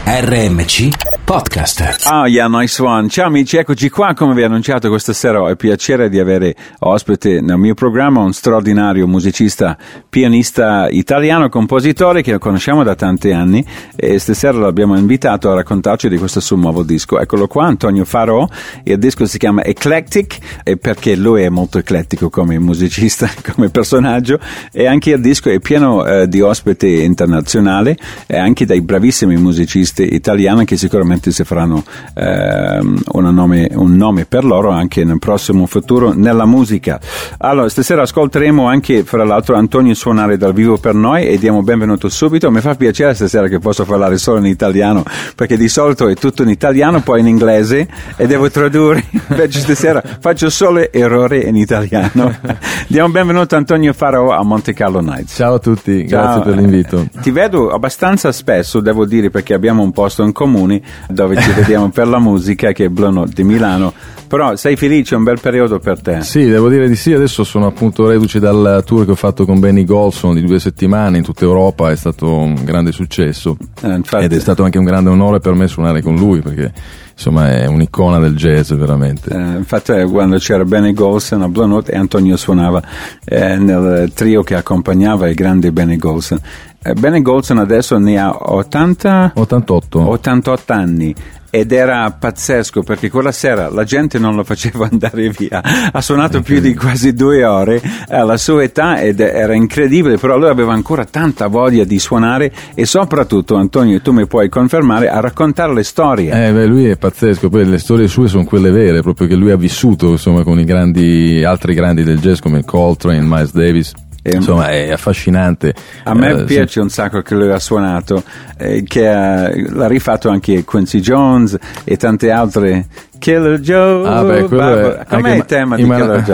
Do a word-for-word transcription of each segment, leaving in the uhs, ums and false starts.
R M C Podcast. Ah, yeah, nice one. Ciao amici, eccoci qua. Come vi ho annunciato questa sera ho il piacere di avere ospite nel mio programma un straordinario musicista, pianista italiano, compositore che conosciamo da tanti anni e stasera l'abbiamo invitato a raccontarci di questo suo nuovo disco. Eccolo qua, Antonio Faro. Il disco si chiama Eclectic e perché lui è molto eclettico come musicista, come personaggio, e anche il disco è pieno eh, di ospiti internazionali e anche dei bravissimi musicisti italiani che sicuramente si faranno eh, una nome, un nome per loro anche nel prossimo futuro nella musica. Allora, stasera ascolteremo anche, fra l'altro, Antonio suonare dal vivo per noi e diamo benvenuto subito. Mi fa piacere stasera che posso parlare solo in italiano, perché di solito è tutto in italiano, poi in inglese e devo tradurre. Invece stasera faccio solo errori in italiano. Diamo benvenuto Antonio Faro a Monte Carlo Nights. Ciao a tutti, Ciao. Grazie per l'invito. Ti vedo abbastanza spesso, devo dire, perché abbiamo un posto in comune dove ci vediamo per la musica, che è Blue Note di Milano. Però sei felice? È un bel periodo per te? Sì, devo dire di sì. Adesso sono appunto reduce dal tour che ho fatto con Benny Golson di due settimane in tutta Europa. È stato un grande successo eh, infatti... ed è stato anche un grande onore per me suonare con lui, perché insomma è un'icona del jazz veramente. Eh, infatti quando c'era Benny Golson a Blue Note e Antonio suonava eh, nel trio che accompagnava il grande Benny Golson. eh, Benny Golson adesso ne ha ottanta ottantotto ottantotto anni ed era pazzesco perché quella sera la gente non lo faceva andare via. Ha suonato okay. più di quasi due ore alla sua età ed era incredibile, però lui aveva ancora tanta voglia di suonare e soprattutto, Antonio, tu mi puoi confermare, a raccontare le storie. Eh, beh, lui è pazzesco, poi le storie sue sono quelle vere, proprio che lui ha vissuto insomma con i grandi, altri grandi del jazz come Coltrane, Miles Davis. E insomma è affascinante. A me eh, piace sì. un sacco che lui ha suonato, eh, che ha, l'ha rifatto anche Quincy Jones e tante altre. Killer Joe, ah, beh, è, com'è il tema di man- Killer Joe?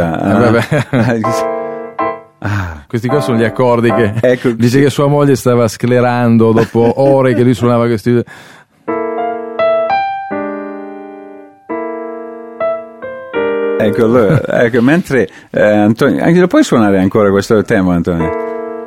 Ah, ah, questi qua sono gli accordi che ecco, dice che sua moglie stava sclerando dopo ore che lui suonava questi. Ecco, allora, ecco, mentre eh, Antonio, anche lo puoi suonare ancora questo tema, Antonio?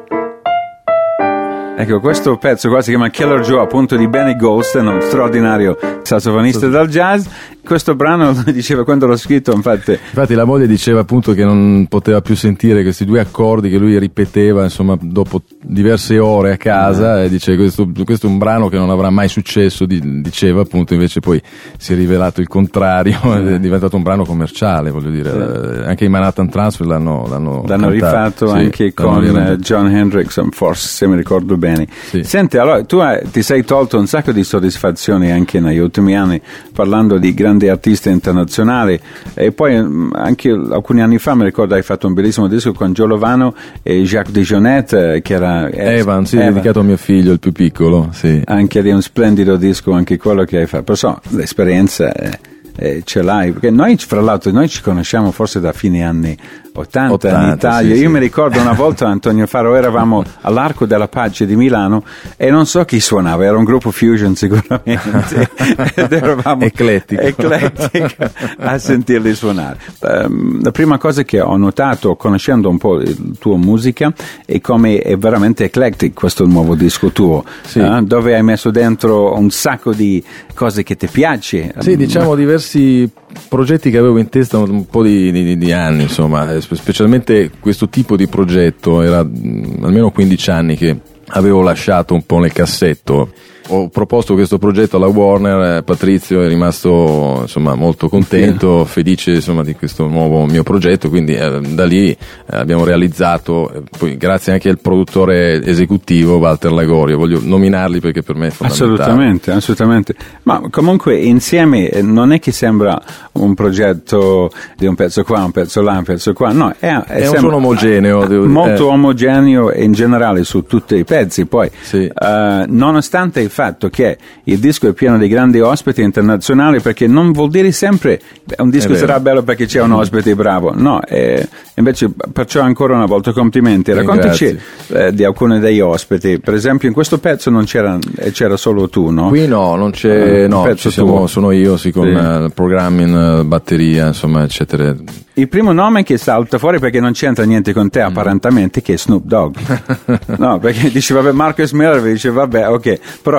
Ecco, questo pezzo qua si chiama Killer Joe, appunto di Benny Golson, uno straordinario sassofonista dal jazz. Questo brano lo diceva quando l'ho scritto, infatti. Infatti la moglie diceva appunto che non poteva più sentire questi due accordi che lui ripeteva, insomma, dopo diverse ore a casa, mm. e dice questo, questo è un brano che non avrà mai successo, diceva appunto, invece poi si è rivelato il contrario, mm. è diventato un brano commerciale, voglio dire. Sì. Anche i Manhattan Transfer l'hanno l'hanno, l'hanno rifatto sì, anche con uh, John Hendrix, forse, se mi ricordo bene. Sì. Senti, allora tu hai, ti sei tolto un sacco di soddisfazioni anche negli ultimi anni parlando di grandi artisti internazionali e poi anche alcuni anni fa mi ricordo hai fatto un bellissimo disco con Joe Lovano e Jacques DeJohnette che era Evan, sì, Evan. dedicato a mio figlio, il più piccolo, sì. Anche di un splendido disco anche quello che hai fatto, però l'esperienza è, è, ce l'hai, perché noi fra l'altro noi ci conosciamo forse da fine anni ottanta, ottanta in Italia. Sì, Io sì. mi ricordo una volta, Antonio Faro, eravamo all'Arco della Pace di Milano e non so chi suonava, era un gruppo fusion sicuramente ed eravamo eclettico eclettico a sentirli suonare. Um, la prima cosa che ho notato conoscendo un po' la tua musica è come è veramente eclectic questo nuovo disco tuo, sì. uh, dove hai messo dentro un sacco di cose che ti piace. Sì, diciamo diversi progetti che avevo in testa un po' di, di, di anni, insomma, specialmente questo tipo di progetto era mh, almeno quindici anni che avevo lasciato un po' nel cassetto. Ho proposto questo progetto alla Warner, eh, Patrizio è rimasto insomma molto contento, felice insomma di questo nuovo mio progetto, quindi eh, da lì eh, abbiamo realizzato, eh, poi grazie anche al produttore esecutivo Walter Lagorio, voglio nominarli perché per me è fondamentale. Assolutamente, assolutamente, ma comunque insieme eh, non è che sembra un progetto di un pezzo qua, un pezzo là, un pezzo qua, no, è, è, è un suono omogeneo, devo dire. Molto eh. omogeneo in generale su tutti i pezzi, poi sì. uh, nonostante il fatto che il disco è pieno di grandi ospiti internazionali, perché non vuol dire sempre un disco sarà bello perché c'è un ospite bravo, no, eh, invece perciò ancora una volta complimenti. Raccontaci eh, di alcuni degli ospiti, per esempio in questo pezzo non c'era, c'era solo tu, no? Qui no, non c'è, uh, no, ci siamo, sono io sì, con sì. Uh, programming, uh, batteria, insomma, eccetera. Il primo nome che salta fuori perché non c'entra niente con te apparentemente, che è Snoop Dogg. No, perché dice vabbè, Marcus Miller dice vabbè, ok, però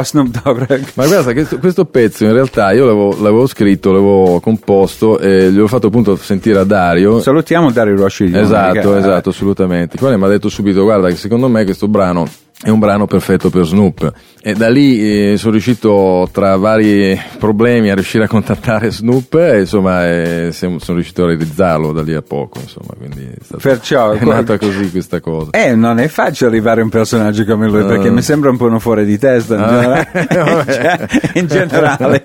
Snoop Dogg. Ma guarda, questo, questo pezzo in realtà io l'avevo, l'avevo scritto, l'avevo composto e gli ho fatto appunto sentire a Dario. Salutiamo Dario Rosci. Esatto, esatto, assolutamente. Quale mi ha detto subito, guarda che secondo me questo brano è un brano perfetto per Snoop, e da lì eh, sono riuscito, tra vari problemi, a riuscire a contattare Snoop e insomma eh, sono riuscito a realizzarlo da lì a poco, insomma, quindi è, stato, Perciò, è nata così questa cosa. Eh, non è facile arrivare a un personaggio come lui, uh, perché mi sembra un po' uno fuori di testa in generale, cioè, in generale.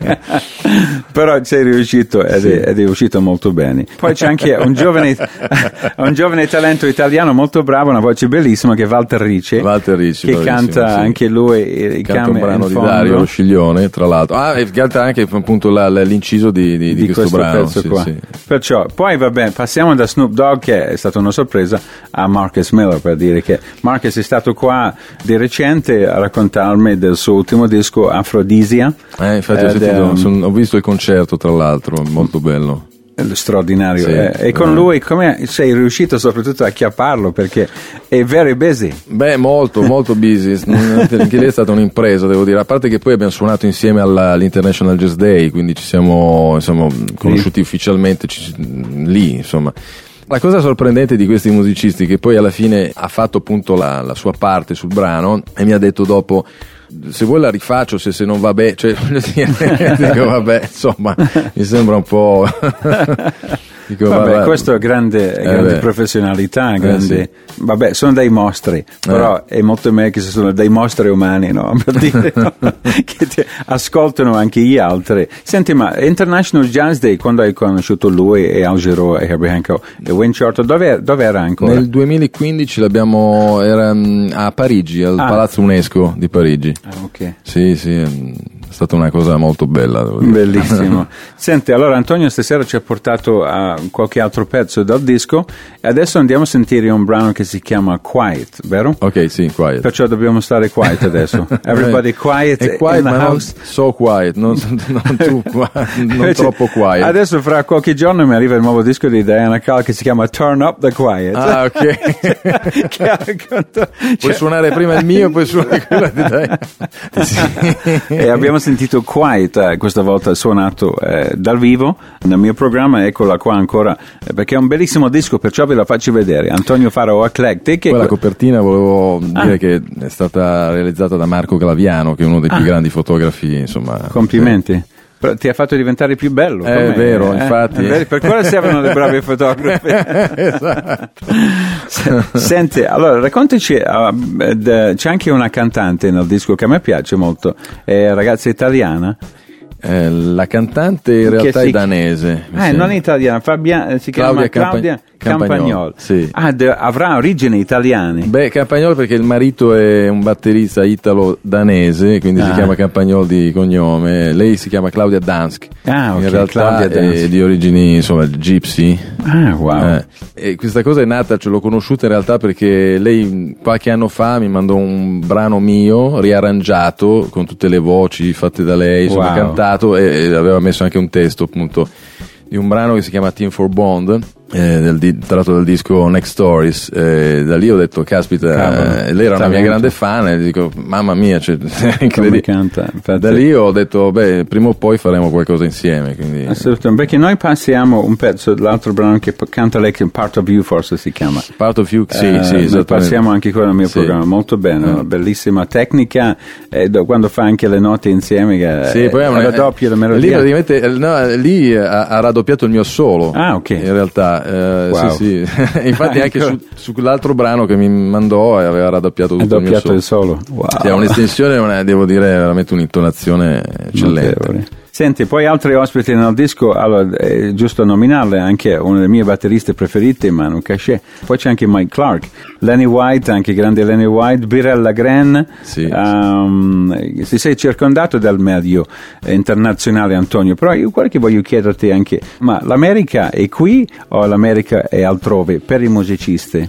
Però sei riuscito ed, sì. è, ed è uscito molto bene. Poi c'è anche un giovane un giovane talento italiano molto bravo, una voce bellissima, che è Walter Ricci. Walter Ricci che canta sì. anche lui, canta un brano di Dario Lo Sciglione, tra l'altro. Ah, e canta anche appunto la, l'inciso di, di, di, di questo, questo brano. Pezzo sì, qua. Sì. Perciò, poi vabbè, passiamo da Snoop Dogg, che è stata una sorpresa, a Marcus Miller, per dire che Marcus è stato qua di recente a raccontarmi del suo ultimo disco, Aphrodisia. Eh, infatti ho, sentito, um, son, ho visto il concerto, tra l'altro, molto bello. Straordinario, sì, eh. E con lui come sei riuscito soprattutto a chiapparlo, perché è very busy? Beh, molto molto busy, anche lì è stata un'impresa, devo dire, a parte che poi abbiamo suonato insieme alla, all'International Jazz Day, quindi ci siamo, siamo conosciuti sì. ufficialmente ci, lì, insomma. La cosa sorprendente di questi musicisti, che poi alla fine ha fatto appunto la, la sua parte sul brano e mi ha detto dopo: se vuoi la rifaccio, se, se non va bene, cioè, dico vabbè, insomma, mi sembra un po'. Dico, vabbè, vabbè, questo è grande, grande eh professionalità, grande, eh sì. Vabbè, sono dei mostri, però eh. è molto meglio che sono dei mostri umani, no? Per dire, no? Che ti ascoltano anche gli altri. Senti, ma International Jazz Day, quando hai conosciuto lui e Al Jarreau e Herbie Hancock e Wayne Shorter, dove, dove era ancora? Nel duemilaquindici l'abbiamo, era a Parigi, al ah. Palazzo UNESCO di Parigi. Ah, ok. Sì, sì, è stata una cosa molto bella, devo dire. Bellissimo. Senti, allora Antonio stasera ci ha portato a qualche altro pezzo dal disco e adesso andiamo a sentire un brano che si chiama Quiet, vero? Ok, sì, Quiet. Perciò dobbiamo stare quiet adesso. Everybody quiet, è quiet, in the ma house. Non so quiet, non, non, too, non troppo quiet. Adesso fra qualche giorno mi arriva il nuovo disco di Diana Krall che si chiama Turn Up the Quiet. Ah, ok. Che racconto, puoi cioè... suonare prima il mio, poi suonare quello di Diana. Sì. E abbiamo sentito Quiet, eh, questa volta suonato eh, dal vivo nel mio programma, eccola qua ancora, eh, perché è un bellissimo disco, perciò ve la faccio vedere. Antonio Faro Eclectic. Poi la copertina volevo ah. dire che è stata realizzata da Marco Glaviano, che è uno dei più ah. grandi fotografi, insomma. Complimenti. Eh. Ti ha fatto diventare più bello. È vero, eh? infatti. È vero, per quello servono dei bravi fotografi. Esatto. Senti, allora raccontaci, uh, d- c'è anche una cantante nel disco che a me piace molto, è ragazza italiana. Eh, la cantante in realtà si... è danese. Ah, non è italiana, Fabia... si chiama Claudia Campagnolo. Campagnolo. Sì. Ah, de... avrà origini italiane. Beh, Campagnolo perché il marito è un batterista italo-danese, quindi ah. si chiama Campagnolo di cognome. Lei si chiama Claudia Dansk. Ah, ok. In realtà Claudia è Dansk. di origini, insomma, gypsy. Ah, wow. Eh, e questa cosa è nata, ce l'ho conosciuta in realtà perché lei qualche anno fa mi mandò un brano mio riarrangiato con tutte le voci fatte da lei, insomma, wow. cantato, e, e aveva messo anche un testo appunto di un brano che si chiama Team for Bond, eh, del di, tratto dal disco Next Stories. Eh, da lì ho detto caspita, eh, lei era una mia grande fan e dico mamma mia, cioè, come canta. Infatti. Da lì ho detto beh, prima o poi faremo qualcosa insieme, quindi... Assolutamente, perché noi passiamo un pezzo dell'altro brano che canta lei, che Part of You forse si chiama Part of You, sì, eh, sì, esattamente. Passiamo anche quello nel mio sì. programma, molto bene, una bellissima tecnica, eh, quando fa anche le note insieme che sì, eh, poi una, raddoppia la melodia. Lì praticamente no, lì ha, ha raddoppiato il mio solo. Ah, ok. In realtà eh, wow. sì, sì. Infatti anche su, su quell'altro brano che mi mandò aveva raddoppiato tutto il mio solo. Il solo. Wow. Sì, ha un'estensione, una, devo dire, veramente un'intonazione eccellente. Notevole. Senti, poi altri ospiti nel disco, allora è giusto nominarle, anche uno dei miei batteristi preferiti, Manu Cachet. Poi c'è anche Mike Clark, Lenny White, anche grande Lenny White, Birella Gren. Sì, um, sì. Si sei circondato dal medio internazionale, Antonio, però io quello che voglio chiederti anche, ma l'America è qui o l'America è altrove per i musicisti?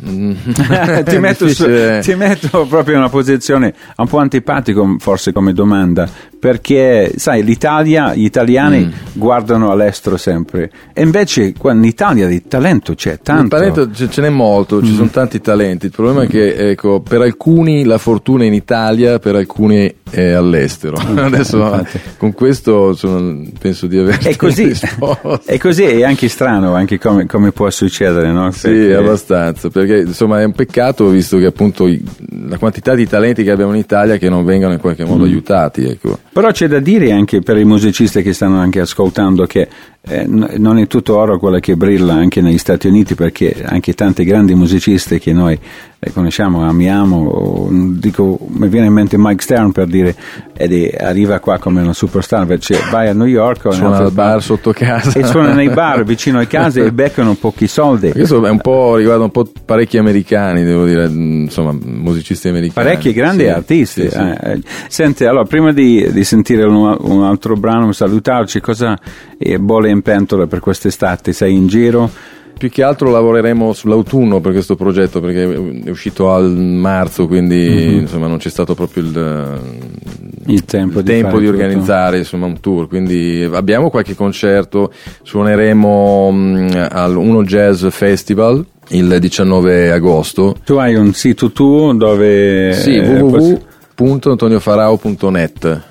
ti, metto su, ti metto proprio in una posizione un po' antipatico forse come domanda, perché sai l'Italia, gli italiani mm. guardano all'estero sempre, e invece qua in Italia di talento c'è tanto. Il talento ce, ce n'è molto, ci mm. sono tanti talenti, il problema mm. è che ecco, per alcuni la fortuna è in Italia, per alcuni è all'estero. Adesso infatti. Con questo sono, penso di aver è così, è così, è anche strano anche come, come può succedere, no? Sì, perché... abbastanza, perché insomma è un peccato, visto che appunto i, la quantità di talenti che abbiamo in Italia che non vengano in qualche modo mm. aiutati, ecco. Però c'è da dire anche per i musicisti che stanno anche ascoltando che eh, n- non è tutto oro quello che brilla anche negli Stati Uniti, perché anche tanti grandi musicisti che noi eh, conosciamo, amiamo, dico, mi viene in mente Mike Stern per dire, ed è, arriva qua come una superstar, invece vai a New York o suona al bar sotto casa e suona nei bar vicino a casa e beccano pochi soldi. Questo è un po', riguarda un po' parecchi americani, devo dire, insomma, musicisti americani, parecchi grandi sì, artisti sì, sì. Eh, senti, allora prima di, di sentire un, un altro brano, salutarci, cosa eh, bolle in pentola per quest'estate? Sei in giro? Più che altro lavoreremo sull'autunno per questo progetto, perché è uscito al marzo, quindi mm-hmm. insomma non c'è stato proprio il, il tempo, il di, tempo di organizzare insomma, un tour, quindi abbiamo qualche concerto, suoneremo mh, al Uno Jazz Festival il diciannove agosto. Tu hai un sito tuo dove... Sì, eh, w w w punto antonio farao punto net.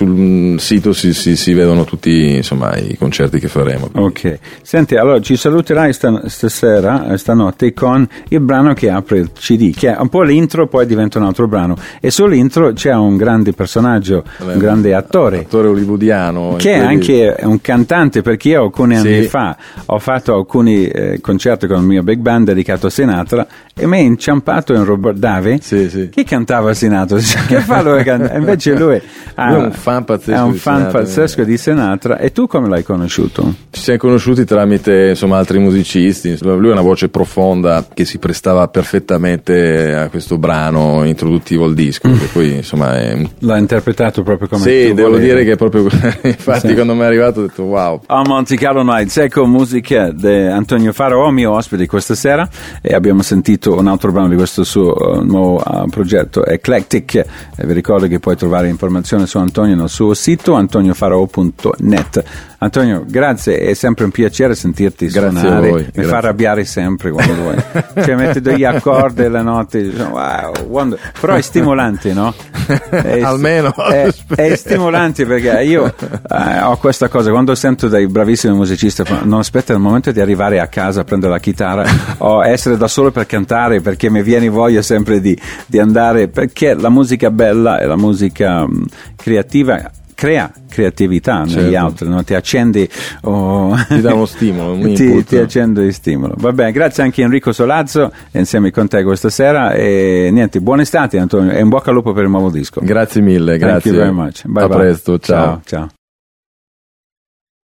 Sul sito si, si, si vedono tutti insomma i concerti che faremo. Quindi. Ok, senti, allora ci saluterai stan- stasera, stanotte, con il brano che apre il C D, che è un po' l'intro, poi diventa un altro brano, e sull'intro c'è un grande personaggio, Vabbè, un grande attore, attore hollywoodiano, che è quelli... anche un cantante, perché io alcuni anni sì. fa ho fatto alcuni eh, concerti con il mio big band dedicato a Sinatra, e mi è inciampato in Robert Davi sì, sì. che cantava Sinatra. Che fa lui? Invece lui ha lui è un fan pazzesco, è un di, fan Sinatra, pazzesco di Sinatra. E tu come l'hai conosciuto? Ci siamo conosciuti tramite insomma altri musicisti. Lui ha una voce profonda che si prestava perfettamente a questo brano introduttivo al disco, che poi insomma è... l'ha interpretato proprio come sì, tu devo volevi. Dire che proprio infatti sì. Quando mi è arrivato ho detto wow. A Monte Carlo Nights, ecco musica di Antonio Farao, mio ospite questa sera, e abbiamo sentito un altro brano di questo suo uh, nuovo uh, progetto Eclectic, e vi ricordo che puoi trovare informazioni su Antonio nel suo sito antonio farao punto net. Antonio, grazie, è sempre un piacere sentirti grazie suonare, a voi, mi fa arrabbiare sempre quando vuoi, cioè metti degli accordi e la notte, wow, wonder. Però è stimolante, no? È, almeno è, è stimolante, perché io eh, ho questa cosa, quando sento dei bravissimi musicisti non aspetto il momento di arrivare a casa a prendere la chitarra o essere da solo per cantare, perché mi viene voglia sempre di, di andare, perché la musica bella e la musica mh, creativa crea creatività certo. negli altri, no? Ti accendi oh, ti dà uno stimolo, un ti, input. ti accende di stimolo. Va bene, grazie anche a Enrico Solazzo insieme con te questa sera, e niente, buona estate Antonio, e in bocca al lupo per il nuovo disco. Grazie mille, grazie. Thank you very much. Bye a bye. presto, ciao ciao, ciao.